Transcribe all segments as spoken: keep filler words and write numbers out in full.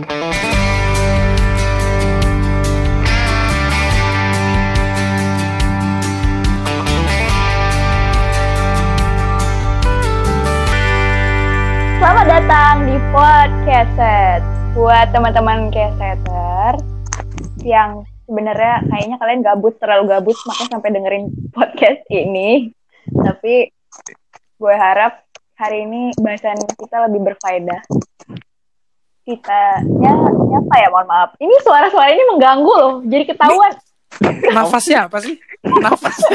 Selamat datang di Podcast. Buat teman-teman Keseter yang sebenarnya kayaknya kalian gabut, terlalu gabut makanya sampai dengerin podcast ini. Tapi gue harap hari ini bahasan kita lebih berfaedah. Kita ya siapa ya, mohon maaf. Ini suara-suara ini mengganggu loh, jadi ketahuan. Nafasnya apa sih? Nafasnya.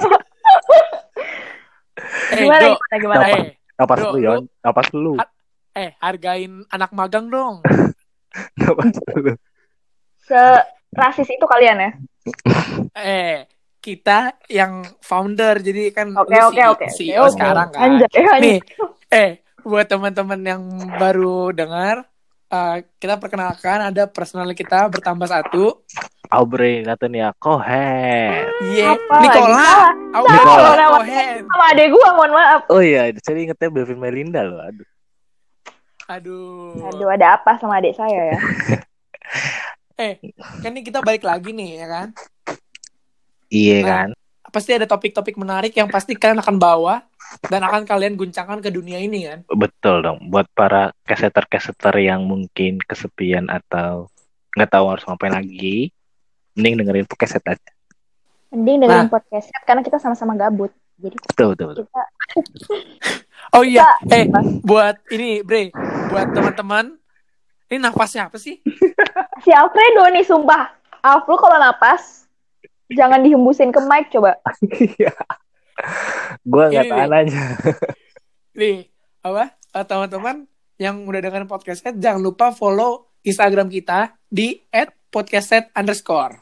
eh, Gimana, do, gimana, gimana? Eh, Napas do, dulu ya, napas dulu. Ha- eh, hargain anak magang dong. Napas dulu. Se-rasis itu kalian ya? Eh, kita yang founder, jadi kan Oke, lu oke, C- oke. C E O Oke. sekarang kan. Anjay, anjay. Nih, eh, buat teman-teman yang baru dengar, uh, kita perkenalkan ada personal kita bertambah satu. Aubrey Natania Cohen. Iya, Apa Nicola. lagi? Salah. Aubrey Salah, Nicola nama Cohen. sama adek gue, mohon maaf. Oh iya, saya ingetnya Belvin Melinda loh. Aduh. Aduh. Aduh, ada apa sama adik saya ya? Eh, kan ini kita balik lagi nih, ya kan? Iya Nah, kan? pasti ada topik-topik menarik yang pasti kalian akan bawa dan akan kalian guncangkan ke dunia ini kan. Betul dong. Buat para keseter-keseter yang mungkin kesepian atau nggak tahu harus ngapain lagi, mending dengerin podcast aja. Mending dengerin Nah. podcast karena kita sama-sama gabut. Jadi Betul, betul, betul. kita Oh iya, Kita- eh buat ini Bre, buat teman-teman, ini nafasnya apa sih? si Alfredo nih sumpah. Alf, lu kalau napas jangan dihembusin ke mic coba. Gue nggak Ini tahan nih. aja. Nih, apa? Eh, teman-teman yang udah dengerin podcastnya, jangan lupa follow Instagram kita di at podcastset underscore.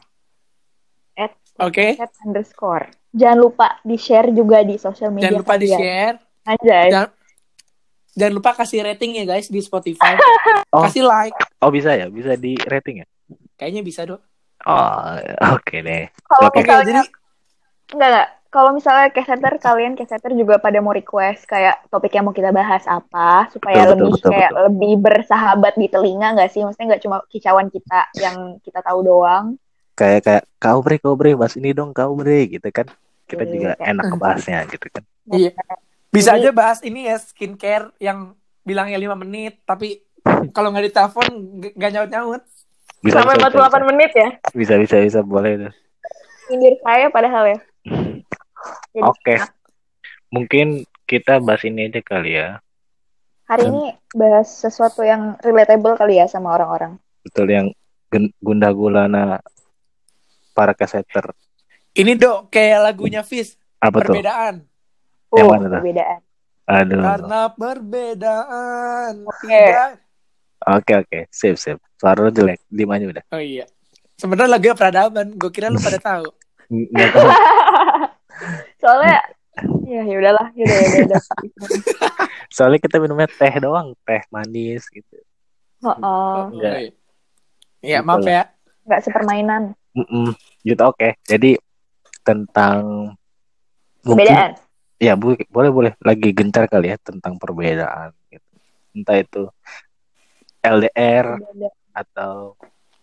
At Oke? podcast underscore. Jangan lupa di-share juga di sosial media. Jangan lupa kalian. di-share. Anjay. Jangan, jangan lupa kasih rating ya guys di Spotify. Oh. Kasih like. Oh bisa ya, bisa di rating ya. Kayaknya bisa dong. Oh oke deh. Kalau Oke. Oke, misalnya jadi enggak enggak. Kalau misalnya Keseter, kalian Keseter juga pada mau request kayak topik yang mau kita bahas apa supaya Betul, betul, lebih betul, kayak betul. lebih bersahabat di telinga nggak sih? Maksudnya nggak cuma kicauan kita yang kita tahu doang. Kayak kayak kau bre, kau bre, bahas ini dong kau bre, gitu kan. Kita Iya, juga kayak- enak ngebahasnya gitu kan. iya. Bisa Jadi- aja bahas ini ya, skincare yang bilangnya lima menit, tapi kalau nggak ditelepon g- nggak nyaut-nyaut. Bisa, Sampai bisa, empat puluh delapan bisa, menit ya. bisa, bisa, bisa, boleh tuh. Nyindir saya padahal ya. Jadi, Oke. nah, Mungkin kita bahas ini aja kali ya. hari ini bahas sesuatu yang relatable kali ya sama orang-orang. Betul, yang gen- gundah gulana para keseter. Ini dok kayak lagunya Fizz, Apa tuh? perbedaan. Yang Oh, mana tuh? perbedaan. Aduh. Karena perbedaan. Oke. Tidak. Oke, oke. Sip, sip. Suara lu jelek. Diem aja udah. Oh iya. Sebenarnya lagunya peradaban. Gue kira lu pada tahu. N- Nggak tahu. Soalnya ya ya udahlah, ya udah ya udah. Soalnya kita minumnya teh doang. Teh manis gitu. Oh, oh. Enggak. Iya. Iya, maaf ya. Nggak sepermainan. Mm-mm. Gitu, oke. Jadi tentang mungkin Perbedaan. ya bu- boleh boleh lagi gencar kali ya tentang perbedaan gitu. Entah itu L D R Beda. atau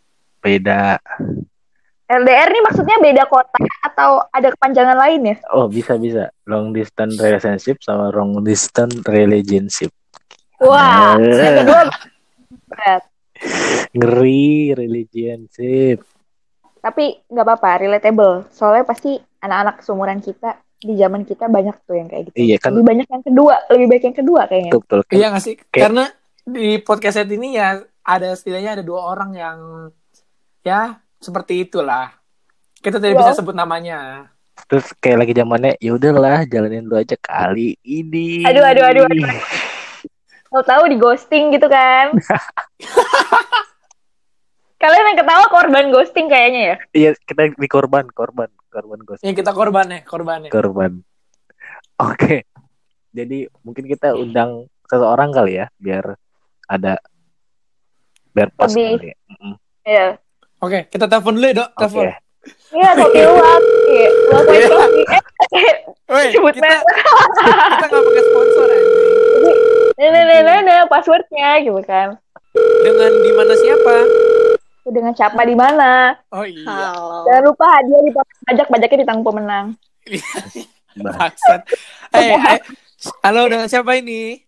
beda. L D R nih maksudnya beda kota atau ada kepanjangan lain ya? Oh, bisa bisa long distance relationship sama long distance relationship. Wah, Eh. yang kedua berat. Ngeri relationship. Tapi nggak apa-apa, relatable. Soalnya pasti anak-anak seumuran kita di zaman kita banyak tuh yang kayak gitu. Iya kan. Lebih banyak yang kedua, lebih baik yang kedua kayaknya. Betul, betul. Iya nggak sih? Kayak- Karena di podcast ini ya ada setidaknya ada dua orang yang ya seperti itulah. Kita tidak Wow. bisa sebut namanya. Terus kayak lagi zamannya ya udahlah jalanin dulu aja kali ini. Aduh, aduh, aduh, aduh. Tahu-tahu di ghosting gitu kan? Kalian yang ketawa korban ghosting kayaknya ya? Iya, kita di korban, korban, korban ghost. Yang kita korbannya, korbannya. Korban. Oke. Jadi mungkin kita undang seseorang kali ya biar ada biar pas Lebih. kali ya. Mm-mm. Iya. Oke, kita telepon dulu ya, Dok. Oke. Telepon. Iya, kopi luwak. Iya, luwak white coffee. Eh, eh, Woi, sebut kita merek. kita nggak pakai sponsor ya. Nah, nah, nah, nah, nah, passwordnya gitu kan. Dengan di mana siapa? Dengan siapa di mana? Oh iya. Halo. Jangan lupa hadiah di pajak, pajaknya ditanggung pemenang. Maksud. Eh, eh, halo dengan siapa ini?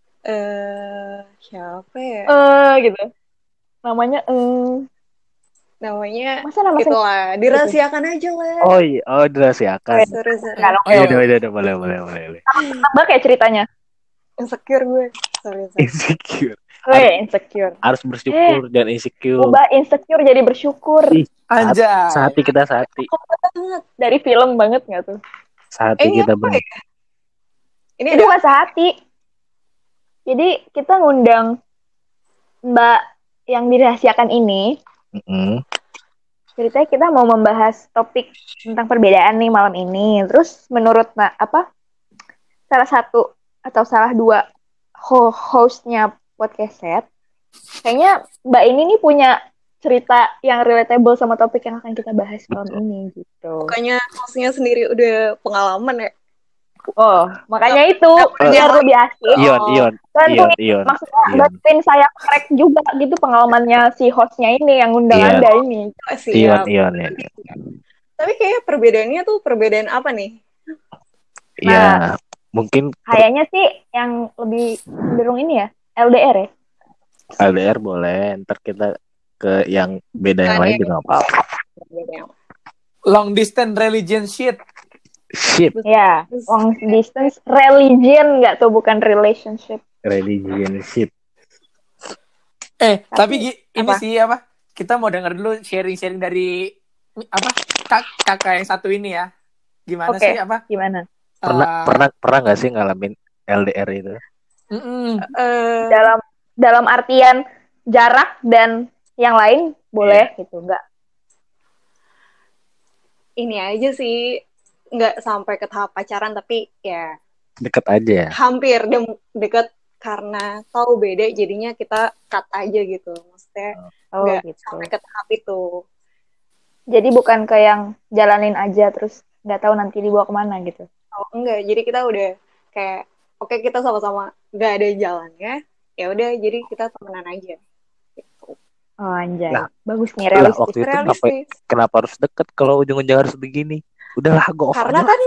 Eh, siapa ya? Eh gitu. Namanya eh Namanya masa nama itu lah, dirahasiakan aja lah. Oh iya, oh dirahasiakan. Sorry, sorry. Enggak, Oh, Iya, udah, udah, udah, boleh, boleh, boleh. boleh. tambah kayak ceritanya. Insecure gue. Sorry, sorry. Insecure. Weh, insecure. Harus bersyukur, jangan insecure. Ubah insecure jadi bersyukur. Ih, Anjay. Sehati kita sehati. Banget. Dari film banget nggak tuh? Sehati Eh, ini kita apa benar. ya? Ini Itu ada masa hati. Jadi kita ngundang Mbak yang dirahasiakan ini. Mm-mm. Ceritanya kita mau membahas topik tentang perbedaan nih malam ini. Terus menurut nah, apa salah satu atau salah dua ho- hostnya podcast set, kayaknya Mbak ini nih punya cerita yang relatable sama topik yang akan kita bahas malam ini gitu. bukannya hostnya sendiri udah pengalaman ya? Oh, makanya itu biar lebih asik. Ion, Ion, Kan Ion, tuh Ion. maksudnya Ion. bantuin saya crack juga gitu pengalamannya si hostnya ini yang undang Iya. Anda ini. Oh, Ion, siap. Ion, ya. Tapi kayak perbedaannya tuh perbedaan apa nih? Ya, mungkin Kayaknya sih yang lebih cenderung ini ya, L D R ya. L D R boleh, ntar kita ke yang beda yang lain juga nggak apa-apa. Long distance relationship. Ship, Ya, long distance religion nggak tuh, bukan relationship. relationship. Eh, Tapi, tapi gi- ini apa? sih apa? Kita mau denger dulu sharing-sharing dari apa? Kak, kakak yang satu ini ya. Gimana Oke. sih apa? Gimana? Pernah Eh, pernah pernah nggak sih ngalamin L D R itu? mm-mm. Eh, Dalam dalam artian jarak dan yang lain boleh gitu, nggak? ini aja sih, nggak sampai ke tahap pacaran, tapi ya Deket aja ya. hampir de- deket karena tahu beda, jadinya kita cut aja gitu. Maksudnya Oh nggak gitu. sampai ke tahap itu. Jadi bukan ke yang jalanin aja terus nggak tahu nanti dibawa kemana gitu. Oh, enggak, jadi kita udah kayak oke, kita sama-sama nggak ada jalannya, ya udah jadi kita temenan aja. Gitu. Oh anjay, Lah, bagus nih, Lah realistis. waktu itu kenapa, Realistis. kenapa harus deket kalau ujung-ujung harus begini? Udahlah, go off Karena aja. kan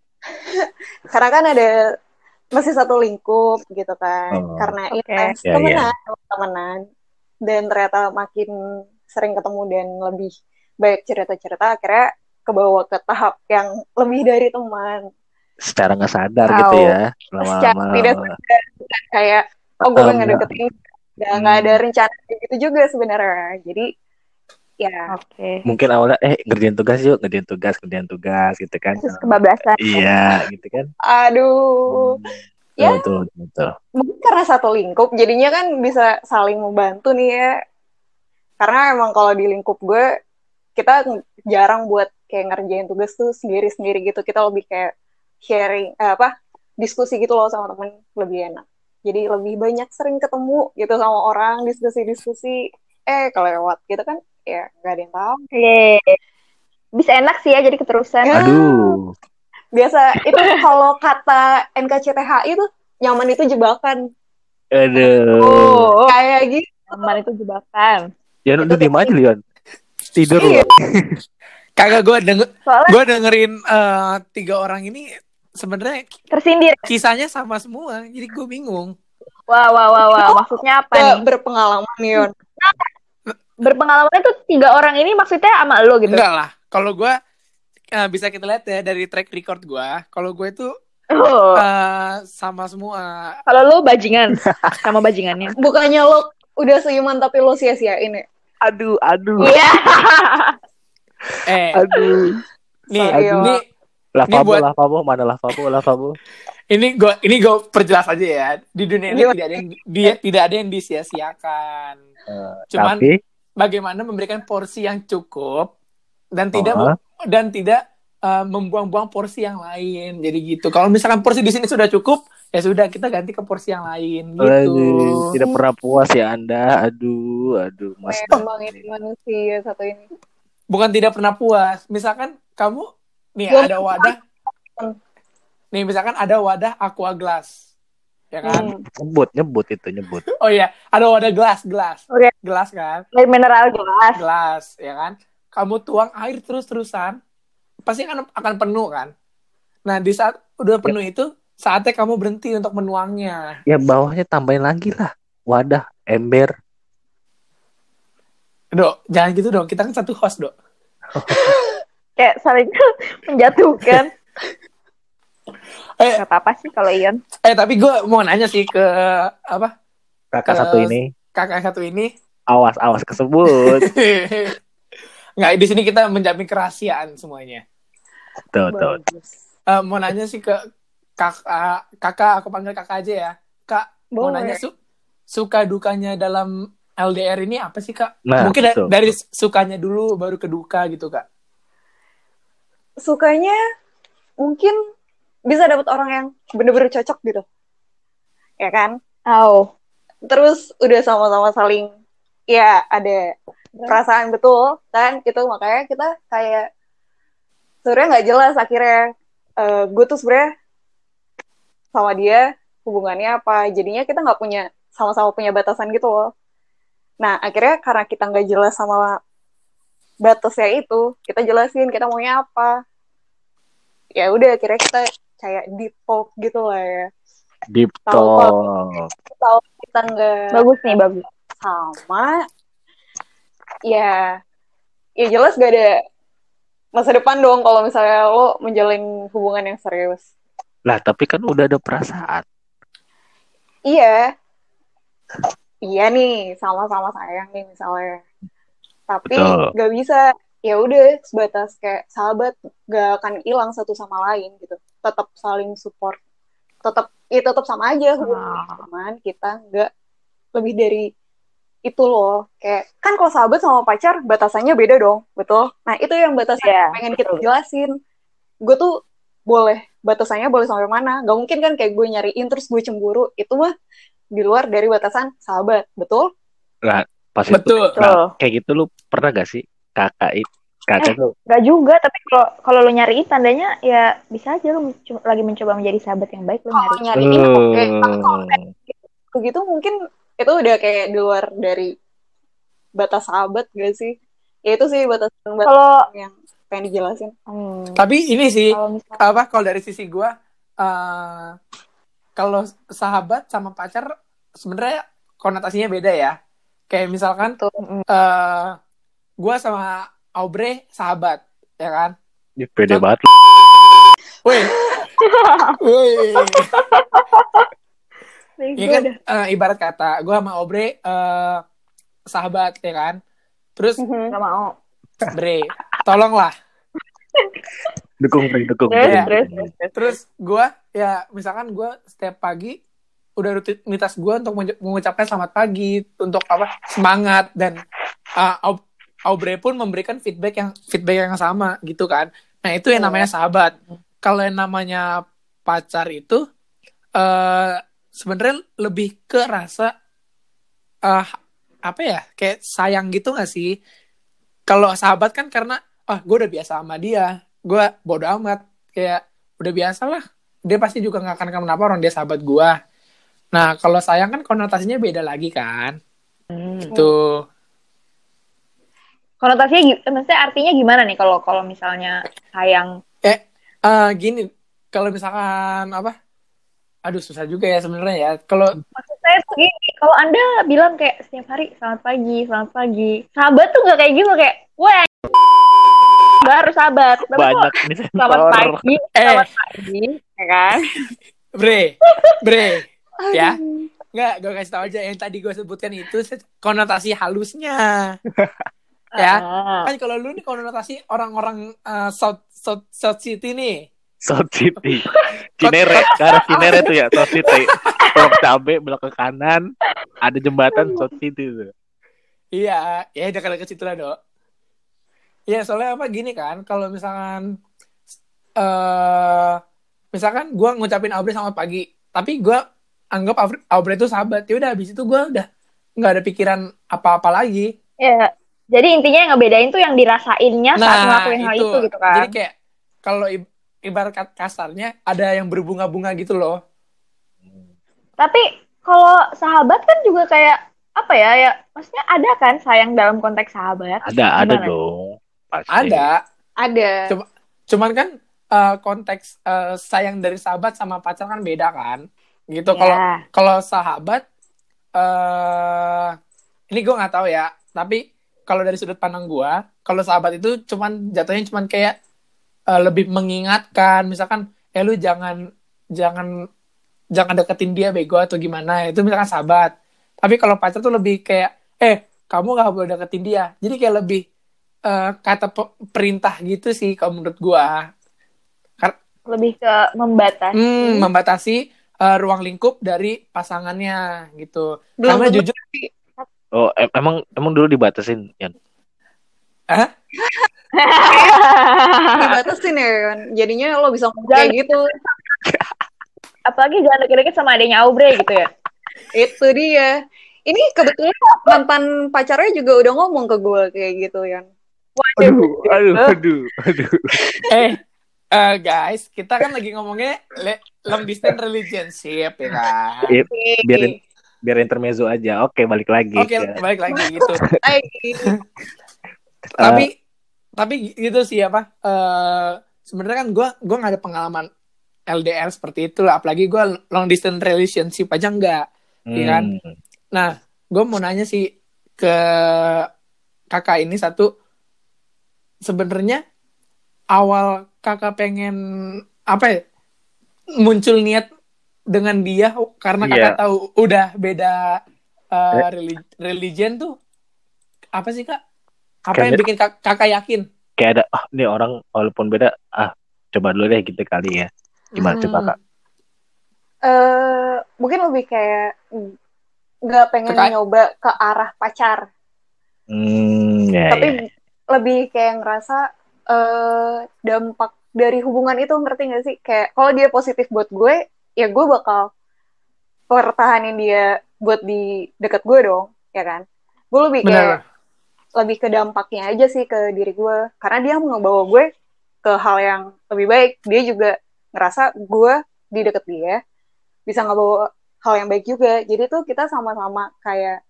karena kan ada masih satu lingkup gitu kan. Oh. Karena Oke. intens Ya, temenan, temenan, dan ternyata makin sering ketemu dan lebih banyak cerita-cerita, akhirnya kebawa ke tahap yang lebih dari teman. Secara nggak sadar Wow. gitu ya, Secara lama-lama. tidak sadar, kayak oh gue pengen Enggak. ngedeketin, nggak nggak ada rencana kayak gitu juga sebenarnya. Jadi ya Oke. Mungkin awalnya eh ngerjain tugas yuk, ngerjain tugas, ngerjain tugas gitu kan. Kasus kebablasan. Iya, gitu kan. aduh. Hmm. Ya. Betul, betul, betul. Mungkin karena satu lingkup, jadinya kan bisa saling membantu nih ya. Karena emang kalau di lingkup gue, kita jarang buat kayak ngerjain tugas tuh sendiri-sendiri gitu. Kita lebih kayak sharing, eh, apa, diskusi gitu loh sama temen, lebih enak. Jadi lebih banyak sering ketemu gitu sama orang, diskusi-diskusi. Eh, kelewat gitu kan, ya nggak ada yang tahu. Oke. Bisa enak sih ya jadi keterusan. Ya. Aduh. Biasa, itu kalau kata N K C T H I tuh, nyaman itu jebakan. Aduh. Oh, Kayak gitu. teman itu jebakan. Ya udah diem aja Leon. Tidur Iya. loh. Kagak gue denger, Soalnya gue dengerin eh, tiga orang ini sebenarnya tersindir. kisahnya sama semua, jadi gue bingung. Wah, wah, wah, wah. Maksudnya apa Nggak nih? berpengalaman nih, Yon. Berpengalaman itu tiga orang ini maksudnya sama lo gitu? Enggak lah, kalau gue eh, bisa kita lihat ya dari track record gue, kalau gue itu Oh. eh, sama semua. Kalau lo bajingan sama bajingannya. Bukannya lo udah seiman tapi lo sia-siain ya? Aduh, aduh, Iya. Eh, aduh. nih, Sorry, ini Wak. Lavabo, buat- lavabo, mana lavabo, lavabo. ini gue ini gue perjelas aja ya. Di dunia ini Gimana? tidak ada yang dia tidak ada yang disia-siakan. Eh, Cuman Tapi, bagaimana memberikan porsi yang cukup dan tidak Oh. dan tidak uh, membuang-buang porsi yang lain. Jadi gitu. Kalau misalkan porsi di sini sudah cukup, ya sudah kita ganti ke porsi yang lain gitu. aduh, tidak pernah puas ya Anda. Aduh, aduh, Mas. Memang ini manusia satu ini. Bukan tidak pernah puas. Misalkan kamu nih Belum ada wadah. Nih misalkan ada wadah aqua glass. ya kan? Hmm. Nyebut, nyebut itu nyebut. Oh iya, ada wadah gelas, gelas, Oke. gelas kan, Air mineral gelas. gelas, ya kan? Kamu tuang air terus-terusan, pasti akan akan penuh kan? Nah di saat udah penuh itu, saatnya kamu berhenti untuk menuangnya. Ya bawahnya tambahin lagi lah. Wadah, ember. Dok, jangan gitu dong. Kita kan satu host, Dok. Kayak saling menjatuhkan. Eh, Gak apa-apa sih kalau Ion. eh tapi gue mau nanya sih ke apa? Kakak Ke satu ini. Kakak satu ini. Awas, awas kesebut. Nggak, di sini kita menjamin kerahasiaan semuanya. Tuh, tuh. Uh, mau nanya sih ke kak, uh, kakak, aku panggil kakak aja ya. Kak, mau Boleh. nanya su- suka dukanya dalam L D R ini apa sih, Kak? Nah, Mungkin da- betul. dari sukanya dulu baru ke duka gitu, Kak. Sukanya mungkin bisa dapet orang yang bener-bener cocok gitu. Ya kan? Oh. Terus udah sama-sama saling, ya ada perasaan betul kan, itu makanya kita kayak sebenarnya nggak jelas akhirnya uh, gue tuh sebenarnya sama dia hubungannya apa, jadinya kita nggak punya sama-sama punya batasan gitu loh. Nah akhirnya karena kita nggak jelas sama batasnya itu, kita jelasin kita maunya apa, ya udah akhirnya kita kayak deep talk gitu lah ya. Deep Tahu talk. tahu kita nggak Bagus nih, bagus. sama, ya ya jelas gak ada masa depan dong kalau misalnya lo menjalin hubungan yang serius. Lah, tapi kan udah ada perasaan. Iya, iya nih sama-sama sayang nih misalnya, tapi Betul. gak bisa ya udah sebatas kayak sahabat, gak akan hilang satu sama lain gitu, tetap saling support, tetap ya tetap sama aja hubungannya, Ah. cuman kita nggak lebih dari itu loh. Kayak kan kalau sahabat sama pacar batasannya beda dong, betul? Nah itu yang batasan Iya, yang pengen kita betul. jelasin. Gue tuh boleh batasannya boleh sampai mana? Gak mungkin kan kayak gue nyariin terus gue cemburu, itu mah di luar dari batasan sahabat, betul? Lah, pas itu. Betul. Nah, kayak gitu lu pernah gak sih kakak it, kakak Eh. tuh Gak juga, tapi kalau kalau lo nyariin tandanya ya bisa aja lo menco- lagi mencoba menjadi sahabat yang baik, lo Kalau nyari. nyariin oke, tapi kalau Hmm. begitu mungkin itu udah kayak di luar dari batas sahabat gak sih? Ya itu sih batasan batasan Kalau yang pengen dijelasin. hmm, Tapi ini sih, kalau misalnya apa kalau dari sisi gue, uh, kalau sahabat sama pacar sebenarnya konotasinya beda ya. Kayak misalkan, Tuh. uh, gue sama Aubrey sahabat, ya kan? Ini pede Cont- banget. Wih, wih. Bego Ya kan, dah. uh, ibarat kata, gue sama Aubrey uh, sahabat, ya kan? Terus, Gak mau. Bre, tolonglah. Dukung, Bre, dukung. Terus, Iya. dukung. terus, terus, terus. Terus gue, ya misalkan gue setiap pagi udah rutinitas gue untuk mengu- mengucapkan selamat pagi, untuk apa semangat, dan uh, Au- Aubrey pun memberikan feedback yang feedback yang sama gitu kan. Nah itu yang namanya sahabat. Kalau yang namanya pacar itu uh, sebenarnya lebih ke rasa uh, apa ya, kayak sayang gitu nggak sih? Kalau sahabat kan karena ah gue udah biasa sama dia, gue bodo amat, kayak udah biasa lah, dia pasti juga nggak akan kenapa orang dia sahabat gue. Nah kalau sayang kan konotasinya beda lagi kan, gitu. Konotasinya, gi- maksudnya artinya gimana nih kalau kalau misalnya sayang? Eh uh, gini, kalau misalkan apa, aduh susah juga ya sebenarnya ya. Kalau Maksud saya tuh gini, kalau Anda bilang kayak setiap hari selamat pagi, selamat pagi, sahabat tuh nggak kayak gitu, kayak wah baru sahabat, Bapak kok Banyak nih selamat sensor. pagi, Eh. selamat pagi, ya kan? bre, bre, ya nggak, gue kasih tau aja yang tadi gue sebutkan itu konotasi halusnya. Ya, Ah. kan kalau lu nih konotasi orang-orang uh, South South South City nih. South City. Cinere, ke arah Cinere tuh ya, South City. Belok cabe, belok ke kanan, ada jembatan South City tuh. Iya, ya dekat-dekat situ lah, Dok. Iya, soalnya apa gini kan, kalau misalkan uh, misalkan gue ngucapin Aubrey selamat pagi, tapi gue anggap Aubrey, Aubrey itu sahabat, ya udah habis itu gue udah nggak ada pikiran apa-apa lagi. Ya, jadi intinya yang ngebedain tuh yang dirasainnya saat ngelakuin hal itu gitu kan. Jadi kayak kalau i- ibarat kasarnya ada yang berbunga-bunga gitu loh. Tapi kalau sahabat kan juga kayak apa ya ya maksudnya ada kan sayang dalam konteks sahabat. Ada, ada Gimana? dong. Pasti. Ada. Ada. Cuma, cuman kan uh, konteks uh, sayang dari sahabat sama pacar kan beda kan. Gitu. Kalau Ya. kalau sahabat, uh, ini gue nggak tahu ya. Tapi kalau dari sudut pandang gue, kalau sahabat itu cuman jatuhnya cuman kayak uh, lebih mengingatkan. Misalkan, eh lu jangan jangan jangan deketin dia bego atau gimana. Itu misalkan sahabat. Tapi kalau pacar tuh lebih kayak, eh kamu nggak boleh deketin dia. Jadi kayak lebih uh, kata pe- perintah gitu sih kalau menurut gue. Lebih ke membatasi. Hmm, membatasi uh, ruang lingkup dari pasangannya gitu. Belum Karena tentu jujur, Oh, em- emang emang dulu dibatasin, Yan? ah, dibatasin ya kan. Jadinya lo bisa ngomong kayak gitu. Apalagi jangan deket-deket sama adanya Aubrey gitu ya. Itu dia. Ini kebetulan mantan pacarnya juga udah ngomong ke gue kayak gitu ya. Aduh, aduh, aduh, aduh. eh, uh, guys, kita kan lagi ngomongnya le- long distance relationship ya kan. Iya, biarin biar intermezzo aja. Oke, balik lagi. Oke, ke- balik lagi gitu. Ay, tapi tapi gitu sih apa? Uh, sebenarnya kan gue gue nggak ada pengalaman L D R seperti itu lah. Apalagi gue long distance relationship aja enggak, ya kan? Hmm. Nah, gue mau nanya sih ke kakak ini satu. Sebenarnya awal kakak pengen apa ya? Muncul niat dengan dia karena kakak Iya. tahu udah beda uh, Eh. relig- religion tuh apa sih kak? Apa Kayak yang bikin kak- kakak yakin? Kayak ada, ah ini orang walaupun beda, ah coba dulu deh gitu kali ya. Gimana Hmm. coba Kak? eh mungkin lebih kayak nggak pengen Kekay- nyoba ke arah pacar, Hmm, ya, tapi ya. lebih kayak ngerasa eh dampak dari hubungan itu, ngerti nggak sih? Kayak kalau dia positif buat gue, ya gue bakal pertahanin dia buat di dekat gue dong, ya kan? Gue lebih kayak Benar. lebih ke dampaknya aja sih ke diri gue, karena dia ngebawa gue ke hal yang lebih baik. Dia juga ngerasa gue di deket dia bisa ngebawa hal yang baik juga. Jadi tuh kita sama-sama kayak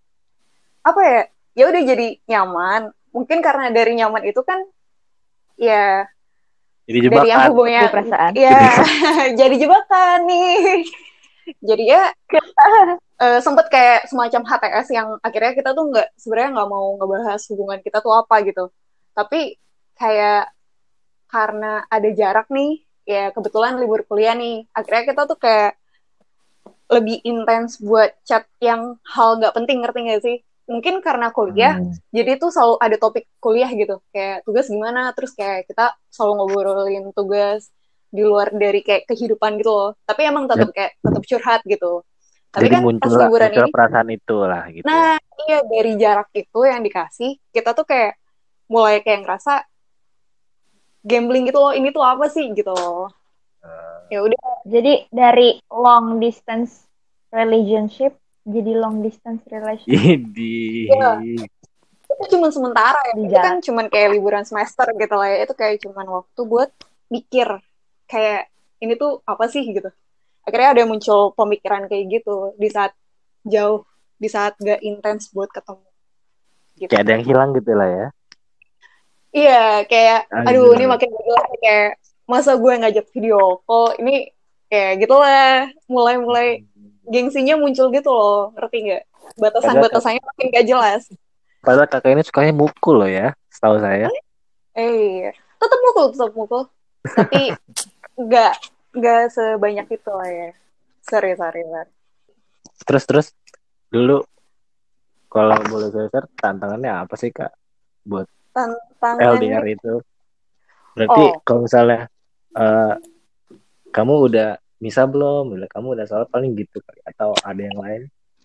apa ya? Ya udah jadi nyaman. Mungkin karena dari nyaman itu kan ya Jadi dari yang jebakan. hubungnya Itu perasaan. ya jadi jebakan nih. Jadi ya eh, sempet kayak semacam H T S yang akhirnya kita tuh nggak sebenarnya nggak mau ngebahas hubungan kita tuh apa gitu. Tapi kayak karena ada jarak nih, ya kebetulan libur kuliah nih, akhirnya kita tuh kayak lebih intens buat chat yang hal nggak penting, ngerti nggak sih? Mungkin karena kuliah, Hmm. jadi tuh selalu ada topik kuliah gitu, kayak tugas gimana, terus kayak kita selalu ngobrolin tugas di luar dari kayak kehidupan gitu loh. Tapi emang tetap kayak tetap curhat gitu. Tapi Jadi kan muncul pas lah, liburan muncul ini, perasaan itu lah gitu. nah iya dari jarak itu yang dikasih, kita tuh kayak mulai kayak ngerasa gambling gitu loh, ini tuh apa sih gitu loh. Ya udah, Jadi dari long distance relationship jadi long distance relationship. Jadi Iya. itu cuma sementara ya. Di Itu kan cuma kayak liburan semester gitu lah ya. Itu kayak cuma waktu buat mikir kayak ini tuh apa sih gitu. Akhirnya ada muncul pemikiran kayak gitu di saat jauh, di saat gak intens buat ketemu. Gitu. kayak ada yang hilang gitu lah ya. Iya, kayak aduh Aduh. ini makin jelas kayak masa gue ngajak video call ini kayak gitulah, mulai-mulai gengsinya muncul gitu loh, ngerti nggak? Batasan-batasannya makin gak jelas. Padahal kakak ini sukanya mukul loh ya, setahu saya. Eh, tetap mukul, tetap mukul. Tapi nggak nggak sebanyak itu lah ya. Sorry, sorry, sorry. Terus terus dulu kalau boleh saya share, tantangannya apa sih Kak buat L D R Tantangannya, itu? Berarti Oh. kalau misalnya eh, kamu udah misa belum? Udah kamu udah sholat paling gitu kali, atau ada yang lain?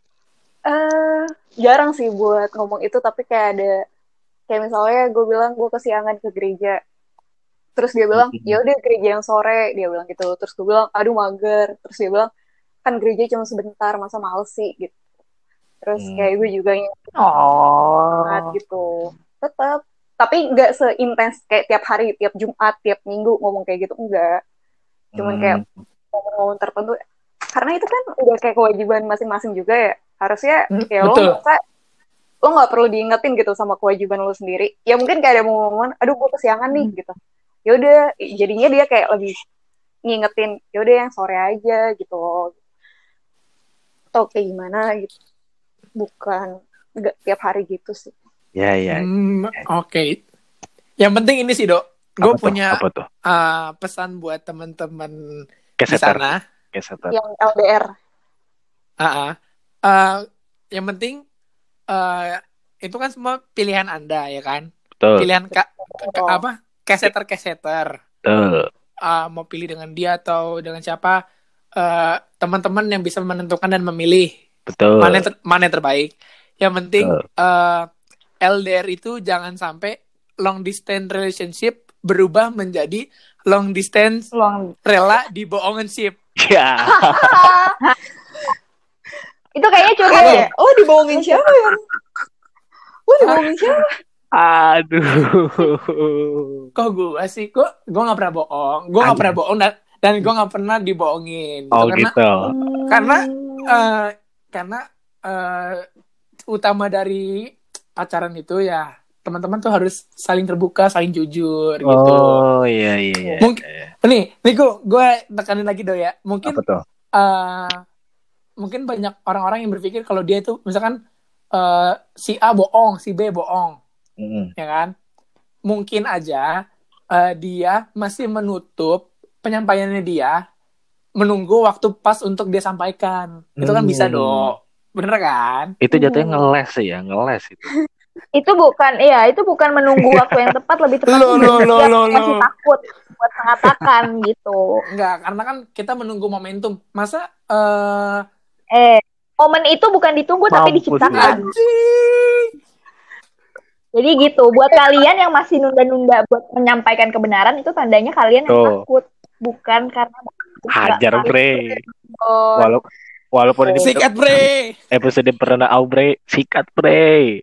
eh jarang sih buat ngomong itu, tapi kayak ada kayak misalnya gue bilang gue kesiangan ke gereja, terus dia bilang Hmm. ya udah gereja yang sore, dia bilang gitu. Terus gue bilang aduh mager, terus dia bilang kan gereja cuma sebentar, masa males sih gitu. Terus Hmm. kayak gue juga yang Oh. banget gitu, tetap tapi nggak seintens kayak tiap hari, tiap Jumat, tiap Minggu ngomong kayak gitu, enggak. Cuman kayak Hmm. momen-momen tertentu karena itu kan udah kayak kewajiban masing-masing juga ya. Harusnya Hmm, ya lo betul. nggak lo nggak perlu diingetin gitu sama kewajiban lo sendiri. Ya mungkin kayak ada momen, aduh gue kesiangan nih gitu. Ya udah, jadinya dia kayak lebih ngingetin, ya udah yang sore aja gitu loh. Atau kayak gimana gitu. Bukan nggak tiap hari gitu sih. Ya ya. Hmm, Oke. Yang penting ini sih, Dok. Gue Apa tuh? punya Apa tuh? uh, pesan buat teman-teman di Keseter. sana. Keseter. Yang L D R. Uh-uh. Uh, yang penting uh, itu kan semua pilihan Anda ya kan. Betul. Pilihan ka- ka- apa? Keseter-keseter. Betul. Uh, mau pilih dengan dia atau dengan siapa? Uh, teman-teman yang bisa menentukan dan memilih Betul. mana yang, ter- mana yang terbaik. Yang penting Betul. uh, L D R itu jangan sampai long distance relationship berubah menjadi long distance Long. rela dibohongin ship. Ya. Itu kayaknya curhat Eh, ya. oh dibohongin siapa ya? Oh dibohongin siapa? Aduh. Kok gue sih, gue gue nggak pernah bohong, gue nggak Ada. pernah bohong dan dan gue nggak pernah dibohongin. Gitu. Oh karena gitu. karena uh, karena uh, utama dari pacaran itu ya teman-teman tuh harus saling terbuka, saling jujur gitu. Oh iya iya iya. Mungkin nih, nih gue gue tekanin lagi Do ya. Mungkin Apa tuh? uh, mungkin banyak orang-orang yang berpikir kalau dia itu misalkan uh, si A bohong, si B bohong, Mm. ya kan? Mungkin aja uh, dia masih menutup penyampaiannya dia, menunggu waktu pas untuk dia sampaikan. Itu kan bisa, Hmm. Dok. Bener kan? Itu jatuhnya ngeles sih ya, ngeles itu. Itu bukan, iya, itu bukan menunggu waktu yang tepat, lebih tepat Lo, lo, lo, dia lo, masih lo. takut buat mengatakan gitu. Enggak, karena kan kita menunggu momentum. Masa uh, Eh, momen itu bukan ditunggu tapi Mampus diciptakan. anjing. Jadi gitu, buat kalian yang masih nunda-nunda buat menyampaikan kebenaran, itu tandanya kalian yang Tuh. takut, bukan karena Hajar nggak- bre. Oh, Walaupun walaupun ini Sikat, bre. episode perdana Aubrey, sikat bre.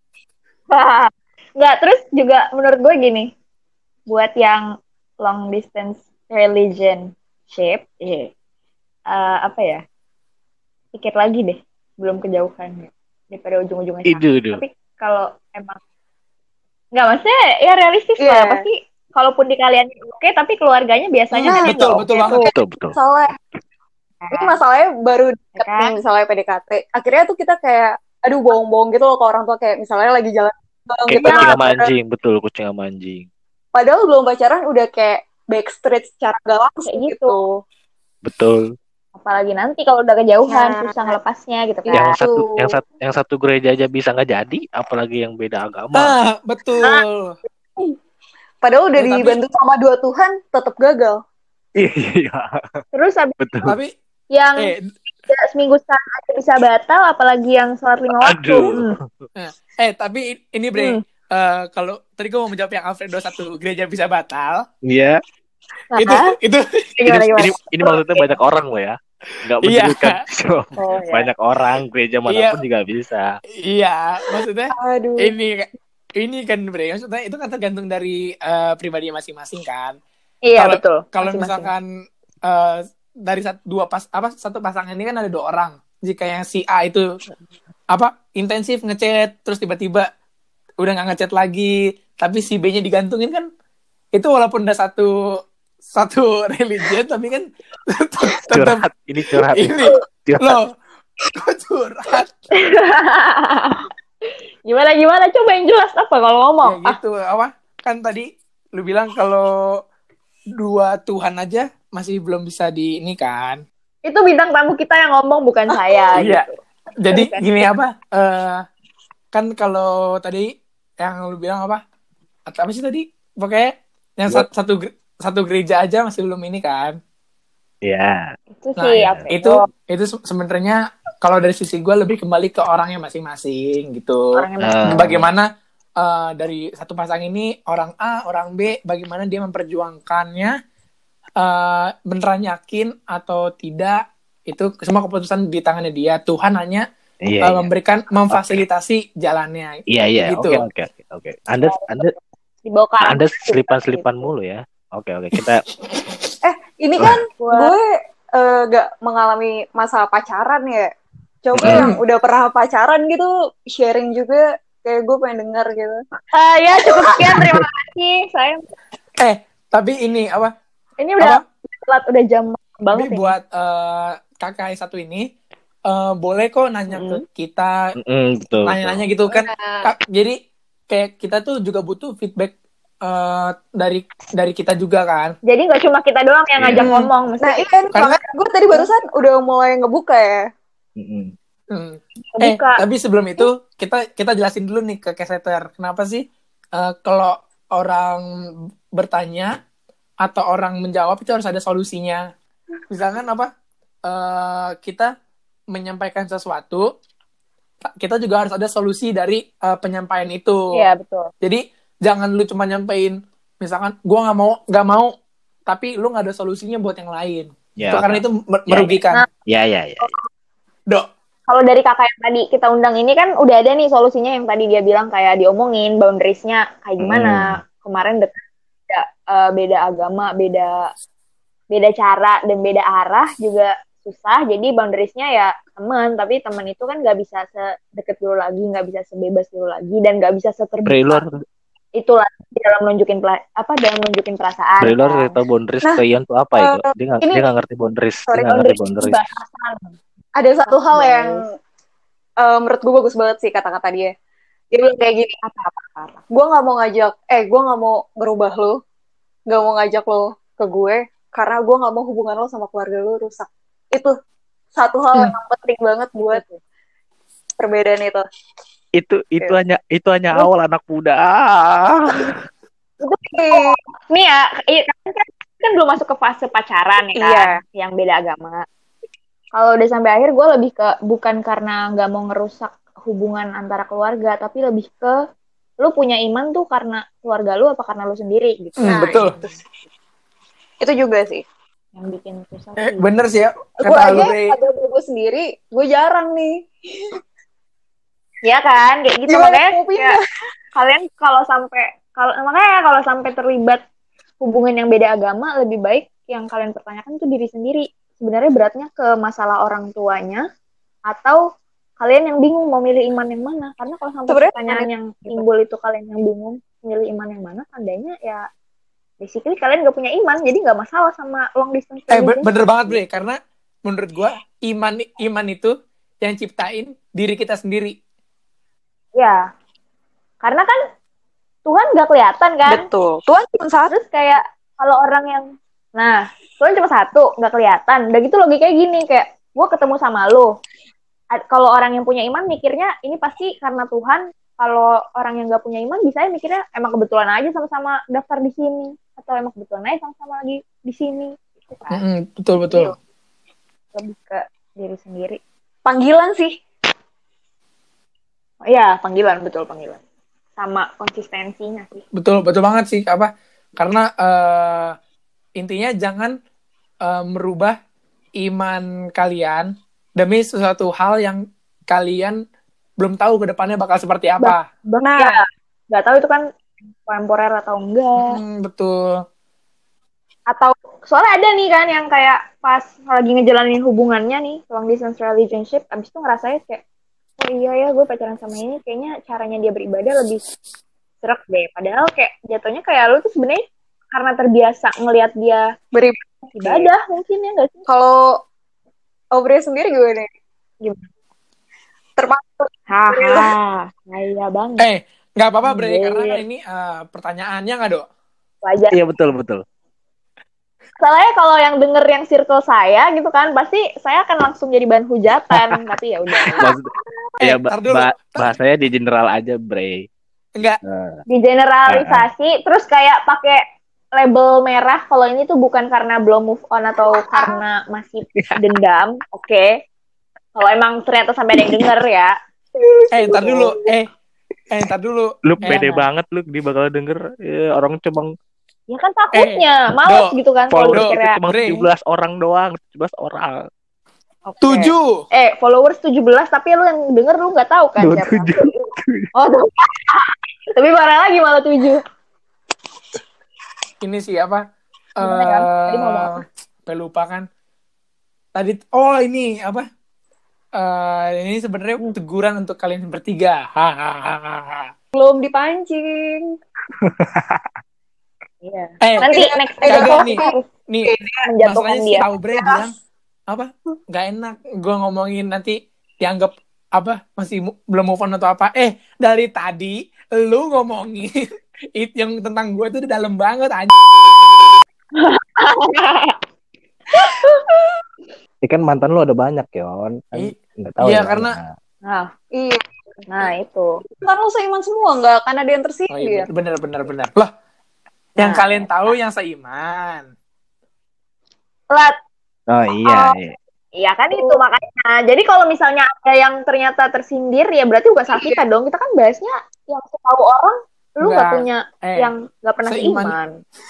Nggak, terus juga menurut gue gini, buat yang long distance relationship, eh, uh, apa ya, pikir lagi deh, belum kejauhan ya, daripada ujung-ujungnya sakit. Itu itu. Tapi kalau emang, nggak, maksudnya ya realistis Iya. lah, pasti kalaupun di kalian oke, tapi keluarganya biasanya Nah, kan yang betul, nggak betul oke banget. tuh. Betul betul. masalah. Ini masalahnya baru deket Ya kan? nih, misalnya P D K T. Akhirnya tuh kita kayak, aduh bohong-bohong gitu loh ke orang tua. Kayak misalnya lagi jalan Kayak gitu. kucing Nah, sama anjing, betul kucing sama anjing. padahal belum pacaran udah kayak backstreet secara gak langsung Kayak gitu. gitu. Betul. Apalagi nanti kalau udah kejauhan, Nah. susah ngelepasnya gitu kan. Yang satu Tuh. yang satu yang satu gereja aja bisa nggak jadi, apalagi yang beda agama. Ah, betul. Padahal udah Ya, tapi- dibantu sama dua Tuhan, tetap gagal. Iya. Terus habis Betul. Tapi yang eh tidak seminggu sekali aja bisa batal, apalagi yang sholat lima waktu. Aduh. Hmm. eh tapi ini bre, Hmm. eh, kalau tadi gue mau menjawab yang Alfredo satu gereja bisa batal, Iya. itu Hah? itu Ini, Gimana, gimana? ini ini maksudnya banyak orang loh ya. Nggak Iya. menyebutkan cuma Oh, ya. banyak orang, gereja manapun juga bisa. iya, maksudnya Aduh. ini ini kan bre, maksudnya itu kan tergantung dari eh, pribadi masing-masing kan. Iya, Kalau- betul. Kalau Masing-masing. misalkan eh, dari satu, dua pas apa satu pasangan ini kan ada dua orang. Jika yang si A itu apa intensif ngechat terus tiba-tiba udah nggak ngechat lagi, tapi si B-nya digantungin kan itu walaupun udah satu satu religion tapi kan tetap Curhat, ini curhat. ini Curhat. loh kok curhat Gimana, gimana? Coba yang jelas apa kalau ngomong. ya gitu apa kan tadi lu bilang kalau dua Tuhan aja masih belum bisa di ini kan. Ah, itu bintang tamu kita yang ngomong, bukan saya. Iya. Gitu. Jadi gini apa? eh kan kalau tadi yang lu bilang apa? Atau apa sih tadi? Pokoknya yang Buat- sat- satu gere- satu gereja aja masih belum ini kan. Iya. Itu Nah, sih, ya, Alfredo. itu itu se- sebenarnya kalau dari sisi gue lebih kembali ke orangnya masing-masing gitu. Orang yang Ah. Bagaimana eh, dari satu pasang ini orang A, orang B, bagaimana dia memperjuangkannya, eh, beneran yakin atau tidak, itu semua keputusan di tangannya dia. Tuhan hanya Iya. eh, iya. memberikan memfasilitasi jalannya. Iya iya. gitu. Oke oke oke oke. Anda Anda dibawa ke arah Anda situ, selipan-selipan gitu. mulu ya. Oke oke kita Ini kan Gua- gue eh, gak mengalami masa pacaran ya. Coba Hmm. yang udah pernah pacaran gitu sharing juga, kayak gue pengen denger gitu. Ah ya cukup sekian, terima kasih. Saya Eh, tapi ini apa? ini udah Apa? telat, udah jam banget Tapi ini. buat eh, kakak yang satu ini, eh, boleh kok nanya Mm-mm. ke kita, Mm, betul. nanya-nanya gitu kan. Nah, Kak, jadi kayak kita tuh juga butuh feedback eh, dari dari kita juga kan. Jadi nggak cuma kita doang yang Iya. ngajak Hmm. ngomong, mesti nah iya nih, Karena- makanya gue tadi barusan udah mulai ngebuka ya. Mm-mm. Hmm. Eh, ngebuka. tapi sebelum itu kita kita jelasin dulu nih ke Keseter. Kenapa sih eh, kalau orang bertanya atau orang menjawab itu harus ada solusinya. Misalkan apa? eh, kita menyampaikan sesuatu, kita juga harus ada solusi dari eh, penyampaian itu. Iya betul. Jadi jangan lu cuma nyampein, misalkan gue nggak mau nggak mau, tapi lu nggak ada solusinya buat yang lain. Ya, Itu karena oke. itu mer- Ya, merugikan. ya. Ya, ya, ya. Dok. Kalau dari kakak yang tadi kita undang ini kan udah ada nih solusinya yang tadi dia bilang kayak diomongin boundariesnya kayak gimana. Kemarin dekat beda, eh, beda agama, beda beda cara dan beda arah juga susah. Jadi boundariesnya ya teman, tapi teman itu kan nggak bisa sedekat dulu lagi, nggak bisa sebebas dulu lagi, dan nggak bisa Bre, lu seterbuka harus- itulah dalam nunjukin pela- apa dalam nunjukin perasaan. Bre, lu harus kan. tahu boundaries Nah, ke Ian tuh apa itu. eh, Dia nggak ini- dia nggak ngerti boundaries. sorry, Dia nggak ngerti Boundaries itu boundaries. batasan. Ada satu hal Yes. yang eh, menurut gue bagus banget sih kata-kata dia. Dia bilang kayak gini, Apa-apa. gue nggak mau ngajak, eh gue nggak mau ngerubah lo, nggak mau ngajak lo ke gue, karena gue nggak mau hubungan lo sama keluarga lo rusak. Itu satu hal Hmm. yang penting banget buat perbedaan itu. Itu itu Iya. hanya itu hanya Terus- awal anak muda. Nih ya, iya, kan, kan, kan belum masuk ke fase pacaran ya kan, Iya. yang beda agama. Kalau udah sampai akhir, gue lebih ke bukan karena nggak mau ngerusak hubungan antara keluarga, tapi lebih ke lu punya iman tuh karena keluarga lu apa karena lu sendiri gitu. Hmm, Nah, betul. Itu, itu juga sih. Yang bikin susah Eh, sih. bener sih ya. Gue Kata aja lu, Bre. agama gue sendiri, gue jarang nih. Ya kan, kayak gitu. Gimana Makanya mau pindah? kayak kalian kalau sampai kalau makanya kalau sampai terlibat hubungan yang beda agama, lebih baik yang kalian pertanyakan tuh diri sendiri. Sebenarnya beratnya ke masalah orang tuanya atau kalian yang bingung mau milih iman yang mana. Karena kalau sampai Sebenarnya pertanyaan ada- yang timbul itu kalian yang bingung milih iman yang mana, tandanya ya basically kalian gak punya iman, jadi gak masalah sama long distance Eh, be- relationship. bener banget, Bre. Karena menurut gua iman iman itu yang ciptain diri kita sendiri. Ya, karena kan Tuhan gak kelihatan kan. Betul. Tuhan cuma satu. Terus kayak kalau orang yang, nah, Tuhan cuma satu, nggak kelihatan. Udah gitu logikanya gini, kayak gue ketemu sama lo. A- Kalau orang yang punya iman mikirnya ini pasti karena Tuhan. Kalau orang yang nggak punya iman bisa aja mikirnya emang kebetulan aja sama-sama daftar di sini, atau emang kebetulan aja sama-sama lagi di sini. Gitu kan. Mm-mm, betul betul. Lebih ke diri sendiri. Panggilan sih. Oh, iya, panggilan, betul panggilan. Sama konsistensinya sih. Betul betul banget sih apa? Karena eh, intinya jangan eh, merubah iman kalian demi sesuatu hal yang kalian belum tahu ke depannya bakal seperti apa. Nah, ya, nggak tahu itu kan temporer atau enggak. Hmm, betul. Atau soalnya ada nih kan yang kayak pas lagi ngejalanin hubungannya nih long distance relationship, abis itu ngerasanya kayak oh iya ya gue pacaran sama ini kayaknya caranya dia beribadah lebih serak deh, padahal kayak jatuhnya kayak lu tuh sebenarnya karena terbiasa ngelihat dia Beribadah. ibadah mungkin ya nggak sih. Kalau Aubrey sendiri gimana? Gimana? Termasuk Haha, iya banget. Eh, nggak apa-apa Bre, Iya. karena kan ini eh, pertanyaannya nggak Dok? Wajar. Iya betul betul. Soalnya kalau yang denger yang circle saya gitu kan, pasti saya akan langsung jadi bahan hujatan. Tapi ya udah. Maksud, Eh, ya ba- tar dulu. ba- bahasanya di general aja, Bre. Enggak. Nah, Digeneralisasi, terus kayak pakai label merah kalau ini tuh bukan karena belum move on atau karena masih dendam. Oke. Kalau emang ternyata sampai ada yang denger ya. Eh, ntar dulu. Eh, eh, ntar dulu. lu Eh, pede banget lu di bakal denger eh, orang cuma Ya kan takutnya, males Do, gitu kan kalau followers Dok, dikira. cuma Bre. tujuh belas orang doang, tujuh belas orang. Oke. Tujuh. Eh, followers tujuh belas tapi lu yang denger lu nggak tahu kan siapa. tujuh. Oh, tuh. Tapi parah lagi malah tujuh. Ini sih apa? Gimana, kan? Tadi mau ngomong apa? Eh, sampai lupa kan. tadi oh ini apa? Eh ini sebenarnya teguran untuk kalian bertiga. Hahaha. Belum dipancing. Iya. Eh, Nanti eh, next eh, episode nih. kita harus Nih, menjatuhkan masalahnya si dia. Aubrey bilang apa? Gak enak gue ngomongin nanti dianggap apa masih mu- belum move on atau apa. Eh, dari tadi lu ngomongin it yang tentang gue tuh udah dalam banget aja. Ini kan mantan lu ada banyak, Yon. Kan I- nggak tahu iya, ya. karena- Nah, Nah, Iya. nah itu. Ntar lu seiman semua, nggak akan ada yang Oh iya, tersindir. bener bener bener. Lah, yang Nah, kalian tahu yang seiman. Lat, oh iya, iya. iya kan itu makanya. Jadi kalau misalnya ada yang ternyata tersindir, ya berarti bukan salah kita dong. Kita kan bahasnya yang tahu orang, lu nggak Nggak. punya Eh, yang nggak pernah seiman. seiman.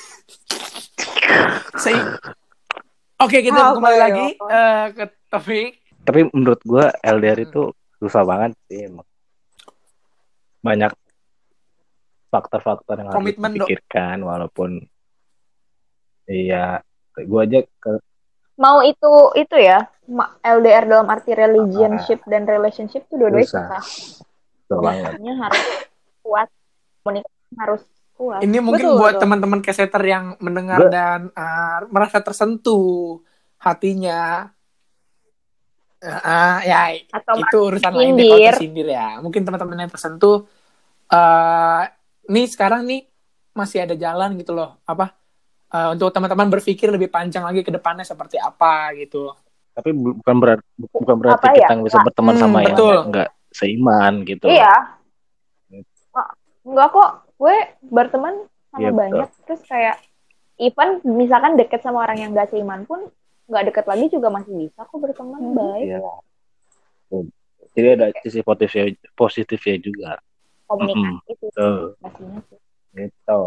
Se- Oke, kita Apa kembali ya? lagi eh, ke topik. Tapi menurut gua L D R Hmm. itu susah banget sih emang. Banyak faktor-faktor yang harus Komitmen, Dok. dipikirkan walaupun iya, gua aja ke Mau itu itu ya, ma- L D R dalam arti relationship dan relationship tuh dua-duanya Susah. susah. susah banget. Komunikasinya harus kuat, komunikasi harus kuat. Ini mungkin Betul, buat betul. teman-teman keseter yang mendengar Gua- dan uh, merasa tersentuh hatinya. Uh, uh, ya Atau itu urusan lain deh kalau tersindir. tersindir ya. Mungkin teman-teman yang tersentuh uh, nih sekarang nih masih ada jalan gitu loh. Apa uh, untuk teman-teman berpikir lebih panjang lagi ke depannya seperti apa gitu. Tapi bu- bukan berarti bukan berarti Apa kita ya? bisa berteman Hmm, sama yang betul. enggak seiman gitu. Iya. Oh, enggak kok, gue berteman sama Iya, betul. banyak. Terus kayak even misalkan deket sama orang yang gak seiman pun nggak deket lagi juga masih bisa kok berteman Hmm. baik. Iya. Jadi ada sisi positifnya positifnya juga. Komunikasi itu Tuh, pastinya sih. gitu.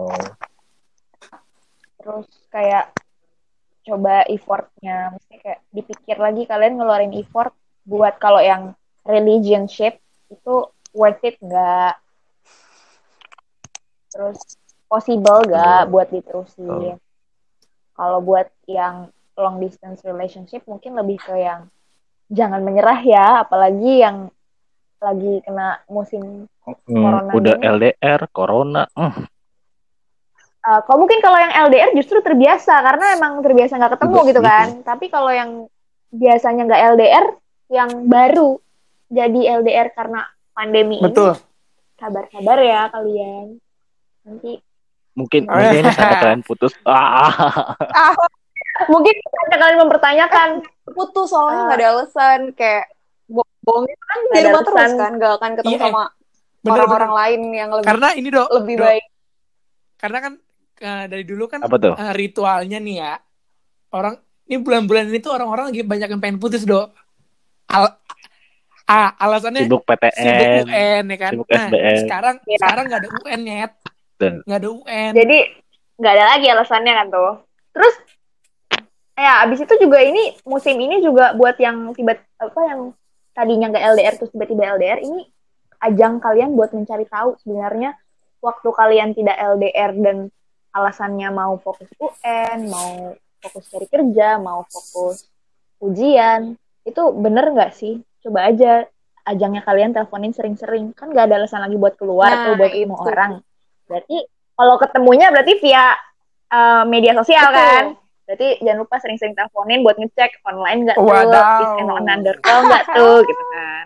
Terus kayak coba effortnya, mesti kayak dipikir lagi kalian ngeluarin effort buat kalau yang relationship itu worth it nggak? Terus possible nggak Oh. buat diterusin? Oh. Kalau buat yang long distance relationship mungkin lebih ke yang jangan menyerah ya, apalagi yang lagi kena musim. Hmm, Corona udah ini. L D R, corona. Hmm, Uh, kalau mungkin kalau yang L D R justru terbiasa karena emang terbiasa nggak ketemu Juga gitu gitu. kan. Tapi kalau yang biasanya nggak L D R, yang baru jadi L D R karena pandemi Betul. ini, sabar-sabar ya kalian. Nanti mungkin Oh, mungkin iya. ini saatnya kalian putus. Ah, Ah, mungkin ada kalian mempertanyakan putus soalnya Ah. nggak ada alasan. Kayak bohong itu kan Nggak di ada rumah alasan. terus kan, nggak akan ketemu Iya, sama Bener, orang-orang bener. lain yang lebih Karena ini dok, lebih Dok, baik. karena kan uh, dari dulu kan apa tuh? uh, ritualnya nih ya orang ini bulan-bulan ini tuh orang-orang lagi banyak yang pengen putus dok. Al- ah, alasannya Sibuk P T sibuk N. U N ya kan. sibuk Nah S B M. sekarang Iya. sekarang nggak ada U N nyet, Betul. nggak ada U N. jadi nggak ada lagi alasannya kan tuh. Terus ya abis itu juga ini musim ini juga buat yang tiba apa yang tadinya nggak L D R terus tiba-tiba L D R, ini ajang kalian buat mencari tahu sebenarnya waktu kalian tidak L D R dan alasannya mau fokus U N, mau fokus cari kerja, mau fokus ujian, itu bener nggak sih? Coba aja ajangnya kalian teleponin sering-sering, kan nggak ada alasan lagi buat keluar Nah, tuh buat ketemu itu. orang. Berarti kalau ketemunya berarti via uh, media sosial Betul. kan? Berarti jangan lupa sering-sering teleponin buat ngecek online nggak tuh, Wadaw. is and on underscore nggak tuh, gitu kan?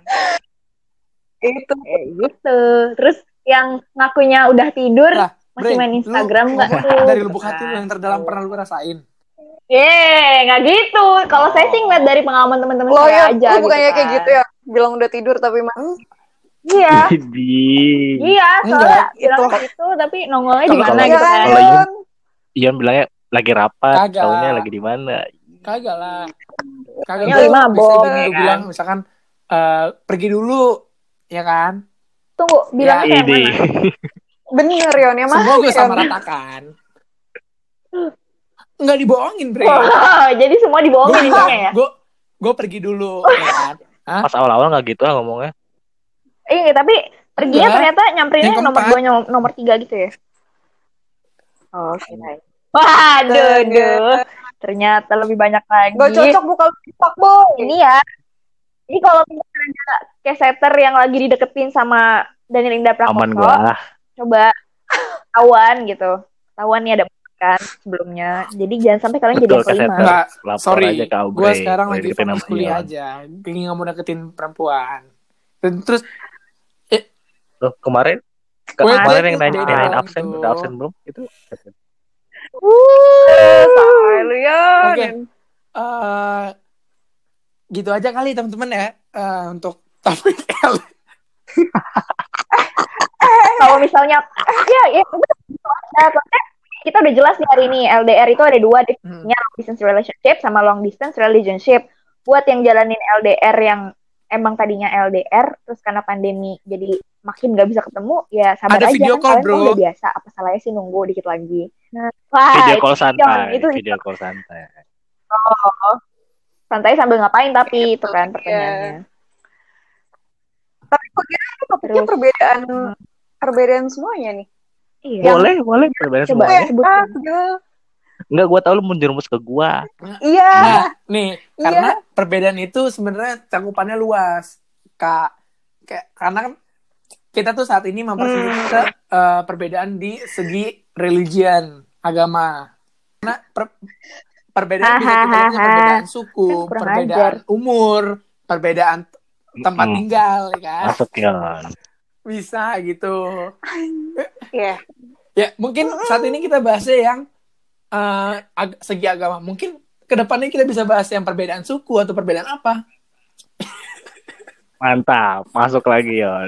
Itu Kayak gitu. Terus yang ngakunya udah tidur Lah, masih Bre, main lu Instagram nggak ngomong tuh? dari gitu lubuk hati kan. lu yang terdalam pernah lu rasain. Yeay, nggak gitu. Kalau saya sih ngeliat dari pengalaman teman-teman lo saya ya, aja lo gitu bukannya kan. kayak gitu ya, bilang udah tidur tapi masih Iya, Jadi, iya. Soalnya Enggak, bilang itu- gitu, tapi nongolnya di Kalau- mana kalau- gitu kan? kalau Ian, Ian bilangnya lagi rapat, Kagak. tahunya lagi di mana? Kagak lah. Kagak. Ini Gua lagi mabok, biasanya ya gue kan? bilang misalkan eh, pergi dulu, ya kan? Tunggu, bilangnya kayak Ini. mana? bener Yon ya Semua gue Yon? sama ratakan. Nggak dibohongin, Bre. Wah, jadi semua dibohongin intinya ya? Gue gue pergi dulu, ya kan? Hah? Pas awal-awal nggak gitu ah ngomongnya. Iya, tapi perginya Enggak. ternyata nyamperinnya Yang nomor keempat. dua, nomor, nomor tiga gitu ya? Oh, kirain. Waduh, duh. Ternyata lebih banyak lagi. Gak cocok bukan fuckboy. Ini ya. Ini kalau misalnya ada keseter yang lagi dideketin sama Daniel Indah Prakoso, Aman gua. coba tawan gitu. Tawan nih ada kan sebelumnya. Jadi jangan sampai kalian jadi Betul, yang kelima. keseter. Enggak, Lapor sorry. aja ke Aubrey. Gue sekarang Boleh lagi deketin fokus sama kuliah Ion. aja. Pengen gak mau deketin perempuan. Dan terus, eh, Loh, kemarin ke- Wait, kemarin wait, yang wait, nanya wait, nanyain wait, absen, gitu. udah absen belum? Itu Eh, Say lu ya. Oke. eh, gitu aja kali teman-teman ya. eh, untuk topik L. Kalau misalnya ya ya udah, soalnya kita udah jelas nih hari ini L D R itu ada dua definisinya, long distance relationship sama long distance relationship. Buat yang jalanin L D R yang emang tadinya L D R terus karena pandemi jadi makin gak bisa ketemu, ya sabar Ada aja video kan call, kalian bro. kan udah biasa. Apa salahnya sih nunggu dikit lagi. Nah, wah, video itu call jangan, santai, itu video call santai. santai sambil ngapain tapi itu Gitu, kan iya. pertanyaannya. Tapi kok kira itu topiknya Terus perbedaan hmm, perbedaan semuanya nih. iya. Boleh, boleh perbedaan Coba semuanya. sebutin. Ah, gitu. Enggak, gua tahu lu menjerumus ke gua. Iya. Nah, nih, Iya. karena perbedaan itu sebenarnya cakupannya luas. Kak, kayak karena kan kita tuh saat ini mempersempit Hmm. ke eh, perbedaan di segi religion, agama. Karena per- perbedaan bisa kita lihat Hahaha. perbedaan suku, Kan kurang perbedaan umur, perbedaan tempat Mm-mm. tinggal, ya kan? Masuk Yon. Bisa gitu. Iya. Ya, mungkin saat ini kita bahasnya yang eh, ag- segi agama. Mungkin kedepannya kita bisa bahas yang perbedaan suku atau perbedaan apa. Mantap, masuk lagi Yon.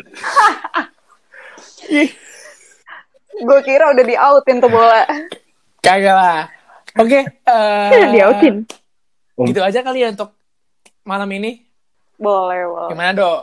Ih, Gue kira udah di-outin tuh bola. kagak lah. Oke, eh, Diautin. gitu aja kali ya untuk malam ini. Boleh, boleh. Gimana, Dok?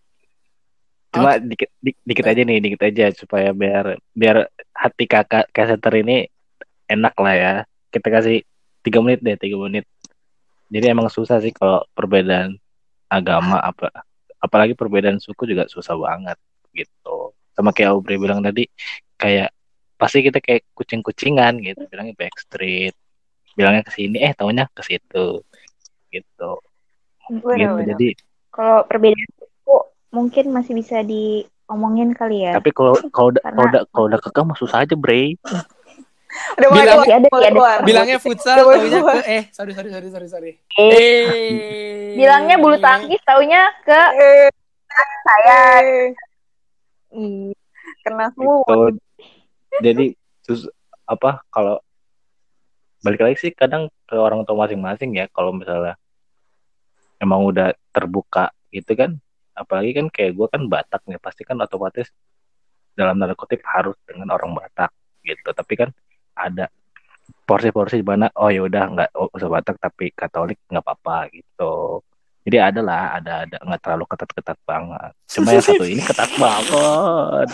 Cuma dikit, di- dikit aja nih, dikit aja supaya biar biar hati kakak keseter ini enak lah ya. Kita kasih tiga menit deh, tiga menit. Jadi emang susah sih kalau perbedaan agama apa apalagi perbedaan suku juga susah banget gitu. Sama kayak Aubrey bilang tadi, kayak pasti kita kayak kucing-kucingan gitu, bilangnya backstreet, bilangnya ke sini eh taunya ke situ gitu. Bener, Gitu. bener. Jadi Kalau perbedaan suku mungkin masih bisa diomongin kali ya. tapi kalau kalau udah Karena- kalau udah kalau udah kekeh mah susah aja, Bre. Udah mulai Bilang- keluar, Masih ada, mulai sih, ada. keluar. Bilangnya futsal, Coba taunya gua. ke eh sorry sorry sorry sorry sorry. Eh, Eh. bilangnya bulu tangkis taunya ke Eh, saya. eh, Ih, kena semua. Gitu. Jadi sus apa kalau balik lagi sih kadang ke orang tua masing-masing ya, kalau misalnya emang udah terbuka gitu kan, apalagi kan kayak gue kan Batak nih, pasti kan otomatis dalam tanda kutip harus dengan orang Batak gitu. Tapi kan ada porsi-porsi di mana oh ya udah nggak oh, usah Batak tapi Katolik nggak apa-apa gitu. Jadi ada lah, ada ada nggak terlalu ketat-ketat banget. Cuma yang satu ini ketat banget.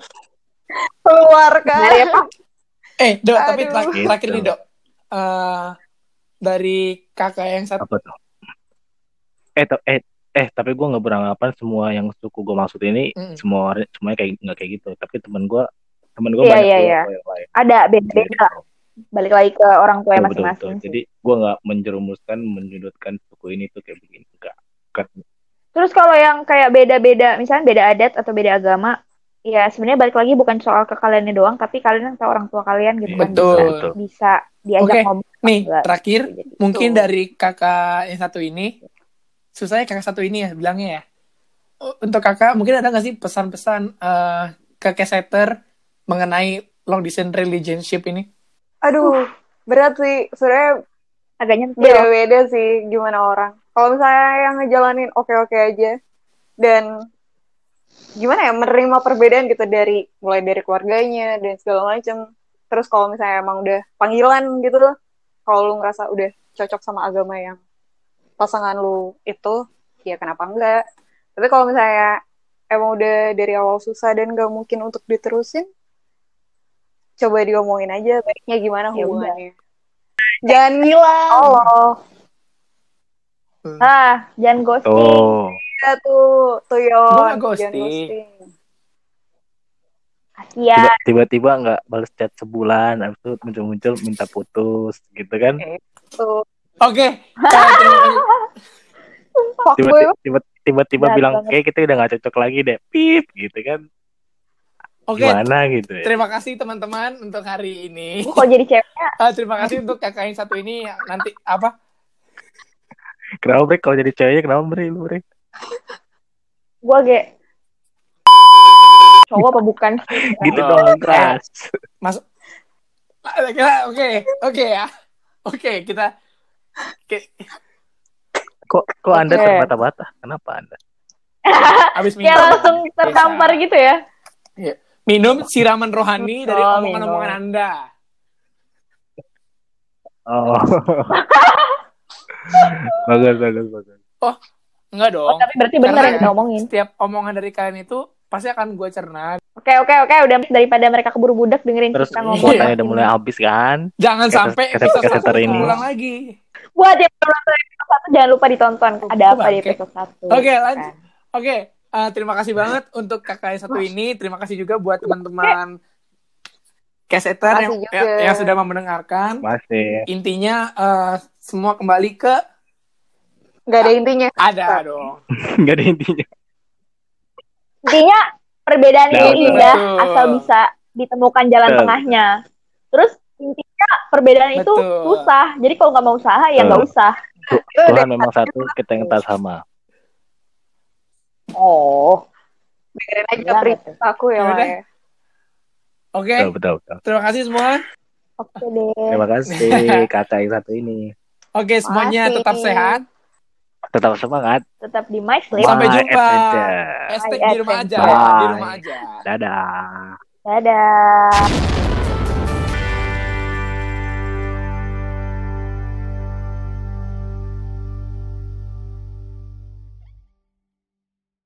Keluar kan. benar ya, Pak? Eh, Dok, tapi Aduh. terak- terakhir Gitu. nih, Dok. Eh, dari kakak yang satu. Apa tuh? Eh, to- eh, eh, tapi gue nggak beranggapan semua yang suku gue maksud ini Mm. semua orang- semuanya kayak nggak kayak gitu. Tapi temen gue, temen gue Iya, banyak iya, juga iya. kok yang lain. Ada beda-beda. Gitu. Balik lagi ke orang tua Betul, betul, masing-masing betul. sih. Jadi gue nggak menjerumuskan, menyudutkan suku ini tuh kayak begini. Enggak. Kan. Terus kalau yang kayak beda-beda, misalnya beda adat atau beda agama, ya sebenarnya balik lagi bukan soal ke kaliannya doang, tapi kalian atau orang tua kalian gitu kan Betul. bisa, Betul. bisa diajak Oke, ngobrol. Nih, juga. terakhir Jadi, mungkin Betul. dari kakak yang satu ini, susahnya kakak satu ini ya bilangnya ya. Untuk kakak, mungkin ada nggak sih pesan-pesan eh, ke keseter mengenai long distance relationship ini? Aduh, berat sih. Sebenarnya agak nyentil. beda-beda sih gimana orang. Kalau misalnya yang ngejalanin oke-oke aja dan gimana ya menerima perbedaan gitu dari mulai dari keluarganya dan segala macam. Terus kalau misalnya emang udah panggilan gitu loh, kalau lu ngerasa udah cocok sama agama yang pasangan lu itu, ya kenapa enggak? Tapi kalau misalnya emang udah dari awal susah dan gak mungkin untuk diterusin, coba diomongin aja baiknya gimana Ya udah. hubungannya. Jangan ngilang. Oh, Hmm. ah, jangan ghosting. Tuh. Ya tuh, tuh Yon. Gua nggak Jangan ghosting. ghosting. Kasian. Tiba- tiba-tiba nggak balas chat sebulan, habis itu muncul-muncul minta putus gitu kan. Eh, Tuh. Oke. eh, terima kasih. Fuckboy. Tiba-tiba tiba-tiba Jahat bilang banget. kayak kita udah gak cocok lagi deh, pip gitu kan. Oke. Gimana gitu ya. Terima kasih teman-teman untuk hari ini. Gue kalau jadi ceweknya, Ah, terima kasih untuk kakak yang satu ini yang nanti apa? Kenapa Bre kalau jadi ceweknya kenapa Bre lu Bre? gue kayak cowok apa bukan? Gitu Oh, dong keras. Mas kita oke, oke ya. Oke, kita oke. Kok kok Anda Oke. terbata-bata? Kenapa Anda? Habis Kayak minum. langsung tertampar Biasa. gitu ya. Iya. Minum siraman rohani dari Oh, omongan-omongan minum. Anda. Oh. bagus bagus bagus. Oh, enggak Oh, dong. tapi berarti benar Karena yang kita omongin. Setiap omongan dari kalian itu pasti akan gue cerna. Oke, oke, oke. Udah daripada mereka keburu budak dengerin Terus kita ngomong. kuotanya udah mulai habis kan? Jangan Kaset- sampai kaset- episode kaseter satu ini. ulang lagi. Buat yang belum nonton episode satu, jangan lupa ditonton. Ada apa di Oke. episode satu? Oke, lanjut. Oke, eh, terima kasih banget untuk kakak yang satu ini. Terima kasih juga buat teman-teman Keseter yang, Makasih juga. yang, yang sudah mendengarkan. Masih. Intinya eh, semua kembali ke Gak ada intinya. ada dong. Enggak ada intinya. Intinya perbedaan Nah, itu betul. indah Betul. asal bisa ditemukan jalan Betul. tengahnya. Terus intinya perbedaan itu Betul. susah. Jadi kalau nggak mau usaha ya nggak Betul. usah. Tu- Tuhan memang satu, kita yang tak sama. Oh. Dengerin aja Gila, berita aku ya. Yaudah. Maya. Oke, Betul, betul, betul. terima kasih semua. Oke deh. Terima kasih kakak yang satu ini. Oke, semuanya Makasih. tetap sehat. Tetap semangat. Tetap di My Sleep. Sampai Bye, jumpa. adventure. Hashtag Bye, di rumah aja. adventure. Di rumah aja. Dadah. Dadah.